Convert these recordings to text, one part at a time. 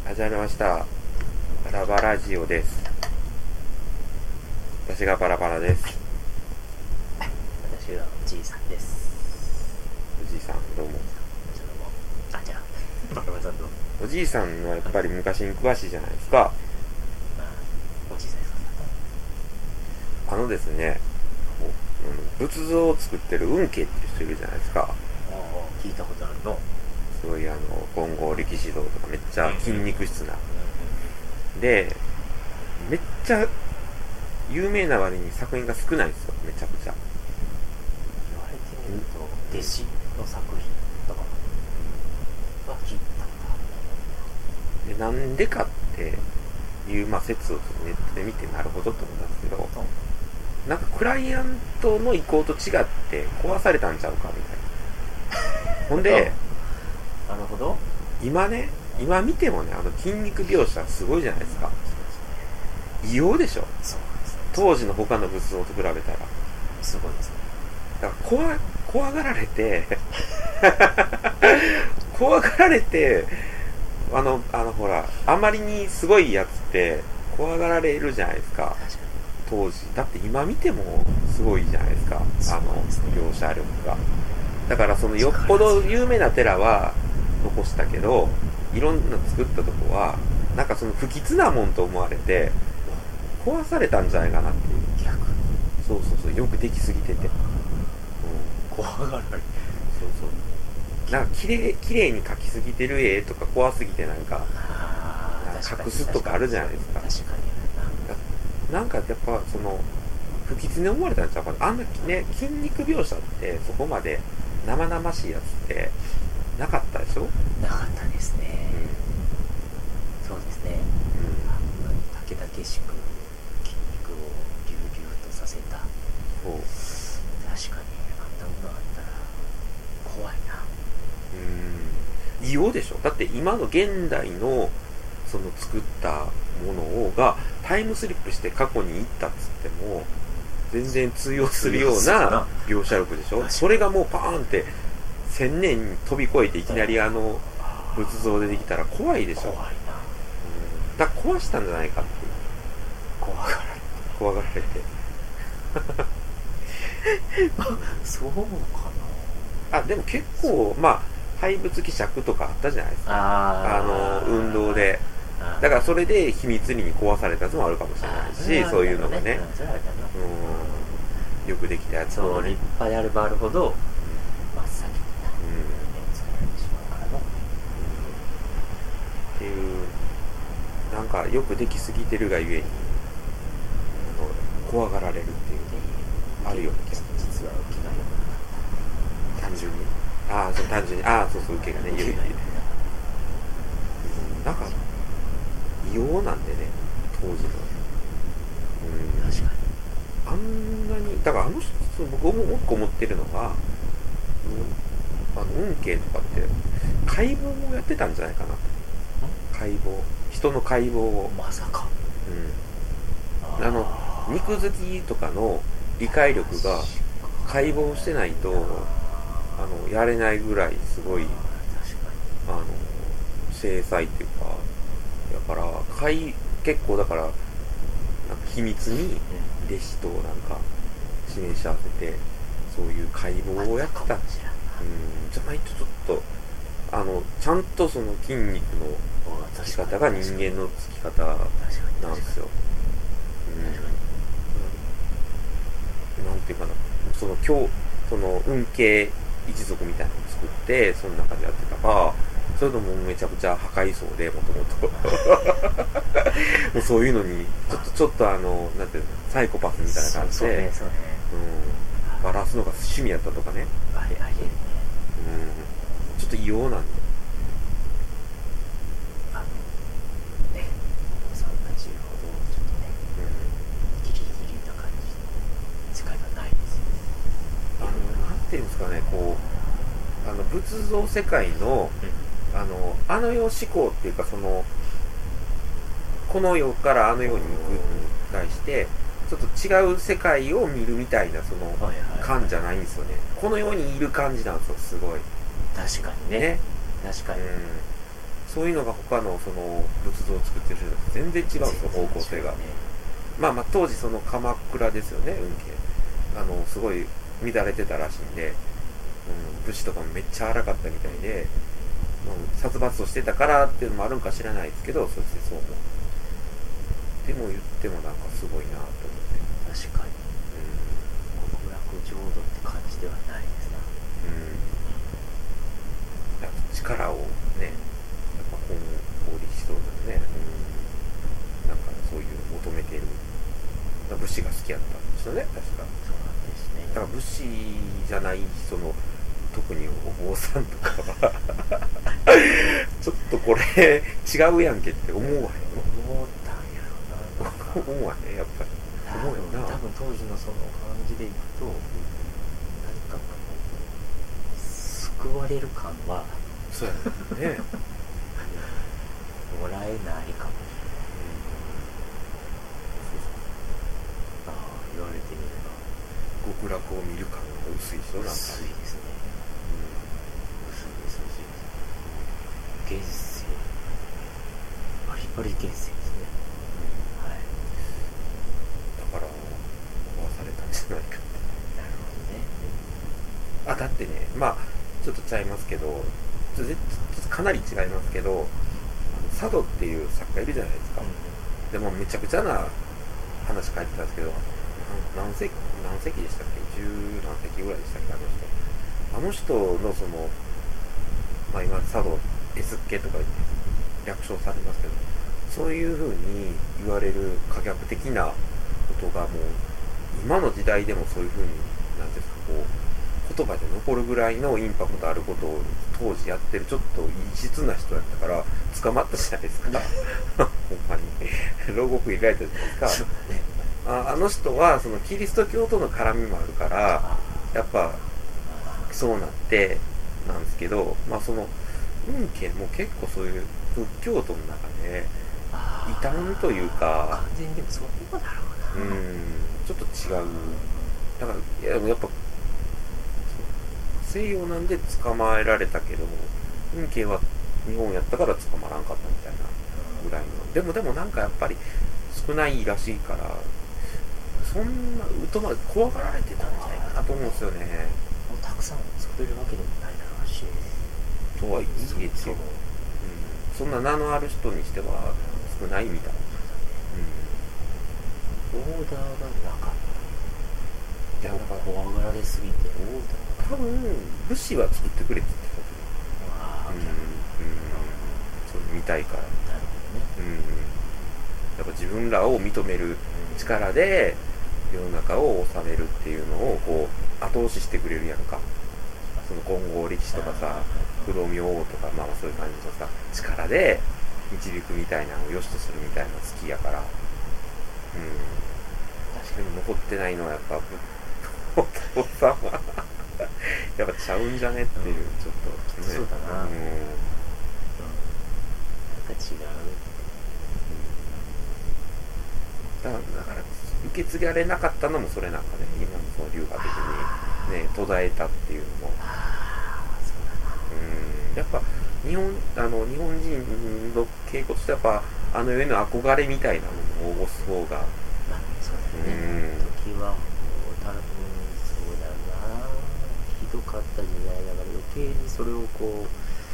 始まりました。バラバラジオです。私がバラバラです。 私がおじいさんです。 おじいさんどうも。 あ、じゃあバラバラさんどうも。 おじいさんはやっぱり昔に詳しいじゃないですか。 おじいさんですか。 ですね、仏像を作ってる運慶っていう人いるじゃないですか。 聞いたことあるの。 すごい金剛力士道とかめっちゃ筋肉質な、でめっちゃ有名な割に作品が少ないんですよ。めちゃくちゃ言われてみると弟子の作品とかは聞いたことある。 で、なんでかっていう、説をネットで見てなるほどと思ったんですけど、なんかクライアントの意向と違って壊されたんちゃうかみたいな。ほんでなるほど。 今見てもね、筋肉描写すごいじゃないですか。異様でしょ。 そうですね。 当時の他の仏像と比べたらすごいですね。 だから怖がられて怖がられてほら、あまりにすごいやつって怖がられるじゃないですか。 確かに。 当時だって今見てもすごいじゃないですか。描写力が。だからそのよっぽど有名な寺は残したけど、いろんな作ったとこはなんかその不吉なもんと思われて壊されたんじゃないかなっていう。 逆。 そうよくできすぎてて、 怖がられる。 そうなんか綺麗に描きすぎてる絵とか怖すぎてなんか隠すとかあるじゃないですか。 確かに。 なんかやっぱその不吉に思われたんちゃうかな。あんなね、筋肉描写ってそこまで生々しいやつってなかったでしょ。 なかったですね。そうですね。あんなにたけだけしく筋肉を隆々とさせた。 そう確かにあんなものあったら怖いな。 異様でしょ。だって今の現代のその作ったものがタイムスリップして過去に行ったっつっても全然通用するような描写力でしょ。それがもうパーンって1000年に飛び越えていきなり仏像でできたら怖いでしょ。 怖いな。 だから壊したんじゃないかっていう。怖がられてそうかな。 でも結構廃仏希釈とかあったじゃないですか。運動で。だからそれで秘密裏に壊されたやつもあるかもしれないし、そういうのがね、よくできたやつもね、立派であればあるほど真っ先に作られてしまうからの、 っていうなんかよくできすぎてるがゆえに怖がられるっていうあるよね。 実は受けが良くなかった。 単純にそう受けがね良いなんか異様なんでね、当時の。 確かに。 あんなにだから人僕ももっと思ってるのが、運慶とかって解剖もやってたんじゃないかな。人の解剖をまさか。 肉好きとかの理解力が解剖してないとやれないぐらいすごい制裁っていうか、だから結構だからなんか秘密に弟子となんか示し合わせてそういう解剖をやってたじゃないとちょっとちゃんとその筋肉のつき方が人間のつき方なんですよ。なんていうかな、その運慶一族みたいなのを作ってその中でやってたか、それともめちゃくちゃ破壊層でもともともうそういうのにちょっとなんていうの、サイコパスみたいな感じでバラすのが趣味やったとかね。 ありえるね。 ちょっと異様なんでね、そんな自由ほどちょっとね、ギリギリな感じの世界がないですよね。 なんていうんですかね、こう仏像世界の世思考っていうか、この世からあの世に行くに対してちょっと違う世界を見るみたいな感じゃないんですよね。この世にいる感じなんですよ、すごい。 確かにね。確かに。 そういうのが他のその仏像を作ってる人と全然違うんですよ、方向性が。まあ当時その鎌倉ですよね、運慶。すごい乱れてたらしいんで、武士とかもめっちゃ荒かったみたいで、殺伐としてたからっていうのもあるんか知らないですけど、そしてそう思う。でも言ってもなんかすごいなと思って。 確かに極楽浄土って感じではないですな。 やっぱ力をね、やっぱ本法律しそうだね。なんかそういう求めてる武士が好きやったんですよね、確か。 そうなんですね。 だから武士じゃないその特にお坊さんとかはちょっとこれ違うやんけって思わへん。 思ったんやろな。 思わへん、やっぱり。思うよな。 多分当時のその感じでいくと、何か救われる感はそうやね。 もらえないかもしれない。ああ、言われてみれば極楽を見る感が薄い人なんか。 薄いですね。薄いです、薄いです。現世バリバリ現世ですね。はい。 だから壊されたんじゃないかって。 なるほどね。 だってね、ちょっとちゃいますけど、ちょっとかなり違いますけど、佐渡っていう作家いるじゃないですか。でもめちゃくちゃな話書いてたんですけど、何世紀でしたっけ、十何世紀ぐらいでしたっけ、あの人のその、今佐渡 S っ気とか言って略称されますけど、そういう風に言われる可逆的なことがもう今の時代でもそういう風になんていうんですか、こう言葉で残るぐらいのインパクトあることを当時やってるちょっと異質な人だったから捕まったじゃないですかほんまに牢獄入れられたじゃないですか。あの人はそのキリスト教との絡みもあるからやっぱそうなってなんですけど、その運慶も結構そういう仏教徒の中で異端というか、 完全にでもそうだろうな。 ちょっと違う。だからいややっぱ西洋なんで捕まえられたけども、運慶は日本やったから捕まらんかったみたいなぐらいの。でもなんかやっぱり少ないらしいから、そんな疎まれ怖がられてたんじゃないかなと思うんですよね。 たくさん作れるわけでもないだろうし。 とはいえですよ。そんな名のある人にしては少ないみたいな。 オーダーがなかった。やっぱ怖がられすぎてオーダーが多分武士は作ってくれって言ってたと思う。そう見たいから。 なるほどね。 やっぱ自分らを認める力で世の中を治めるっていうのをこう後押ししてくれるやんか。その金剛力士とかさ、不動明王とかそういう感じのさ力で導くみたいなのを良しとするみたいなの好きやから。確かに残ってないのはやっぱお父さんはやっぱちゃうんじゃねっていう、ちょっと、 そうだな。なんか違う。 だから受け継がれなかったのもそれなんかね、今のその流派的にね途絶えたっていうのも。やっぱ日本人の傾向としてやっぱあの世への憧れみたいなものを押す方が、 そうだね。時はもうそうだな。ひどかった時代だから余計にそれをこう、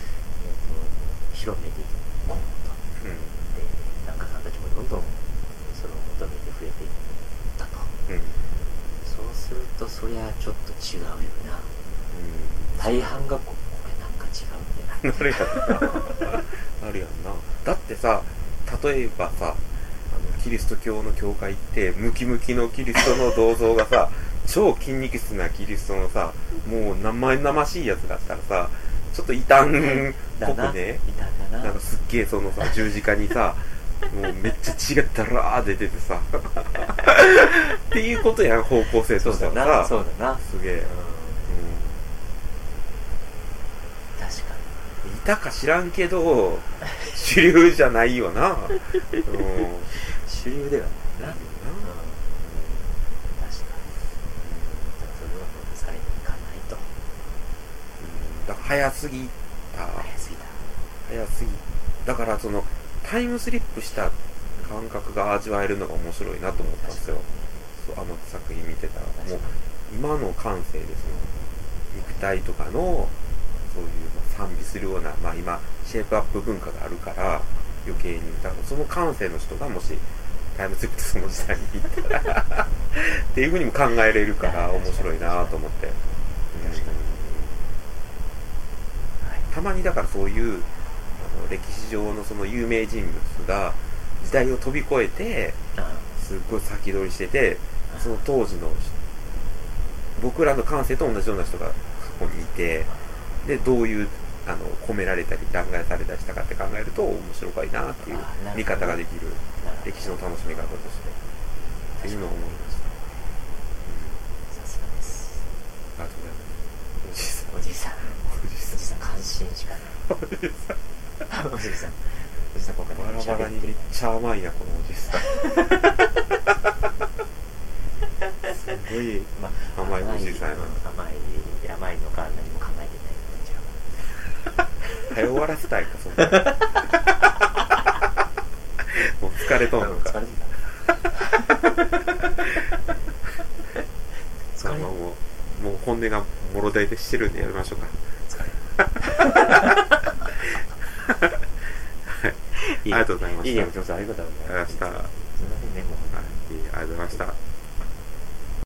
広めていこうと。で、檀家さんたちもどんどんそれを求めて増えていったと。そうするとそりゃちょっと違うよな。大半がこれなんか違うんだよな。 あるやんな。だってさ、例えばさ、キリスト教の教会ってムキムキのキリストの銅像がさ超筋肉質なキリストのさもう生々しいやつだったらさちょっと異端っぽくね、なんかすっげえそのさ十字架にさもうめっちゃ血がダラー出ててさっていうことやん、方向性としてはさ。 そうだな。 すげえ、 確かにいたか知らんけど主流じゃないよな。 主流ではないな。確かに。それはもうされにいかないと。 だから早すぎた。 だからそのタイムスリップした感覚が味わえるのが面白いなと思ったんですよ。そう作品見てたらもう今の感性でその肉体とかのそういう賛美するような、今シェイプアップ文化があるから余計にだからその感性の人がもしタイムスリップその時代に行ったらっていう風にも考えれるから面白いなと思って、たまにだからそういう歴史上のその有名人物が時代を飛び越えてすっごい先取りしてて、その当時の僕らの感性と同じような人が過去にいて、でどういう込められたり弾劾されたりしたかって考えると面白いなっていう見方ができる歴史の楽しみ方としてっていうのを思いました。 さすがです。 ありがとうございます。おじいさん感心しかない。おじいさん今回バラバラにめっちゃ甘いなこのおじさんすごい甘いおじいさんやな。 甘いのか何も考えてないの早終わらせたいかそんなもう疲れとんのか。もう本音がもろ出でしてるんでやめましょうか。ありがとうございました。 ありがとうございました。 すいませんね、もう。ありがとうございました。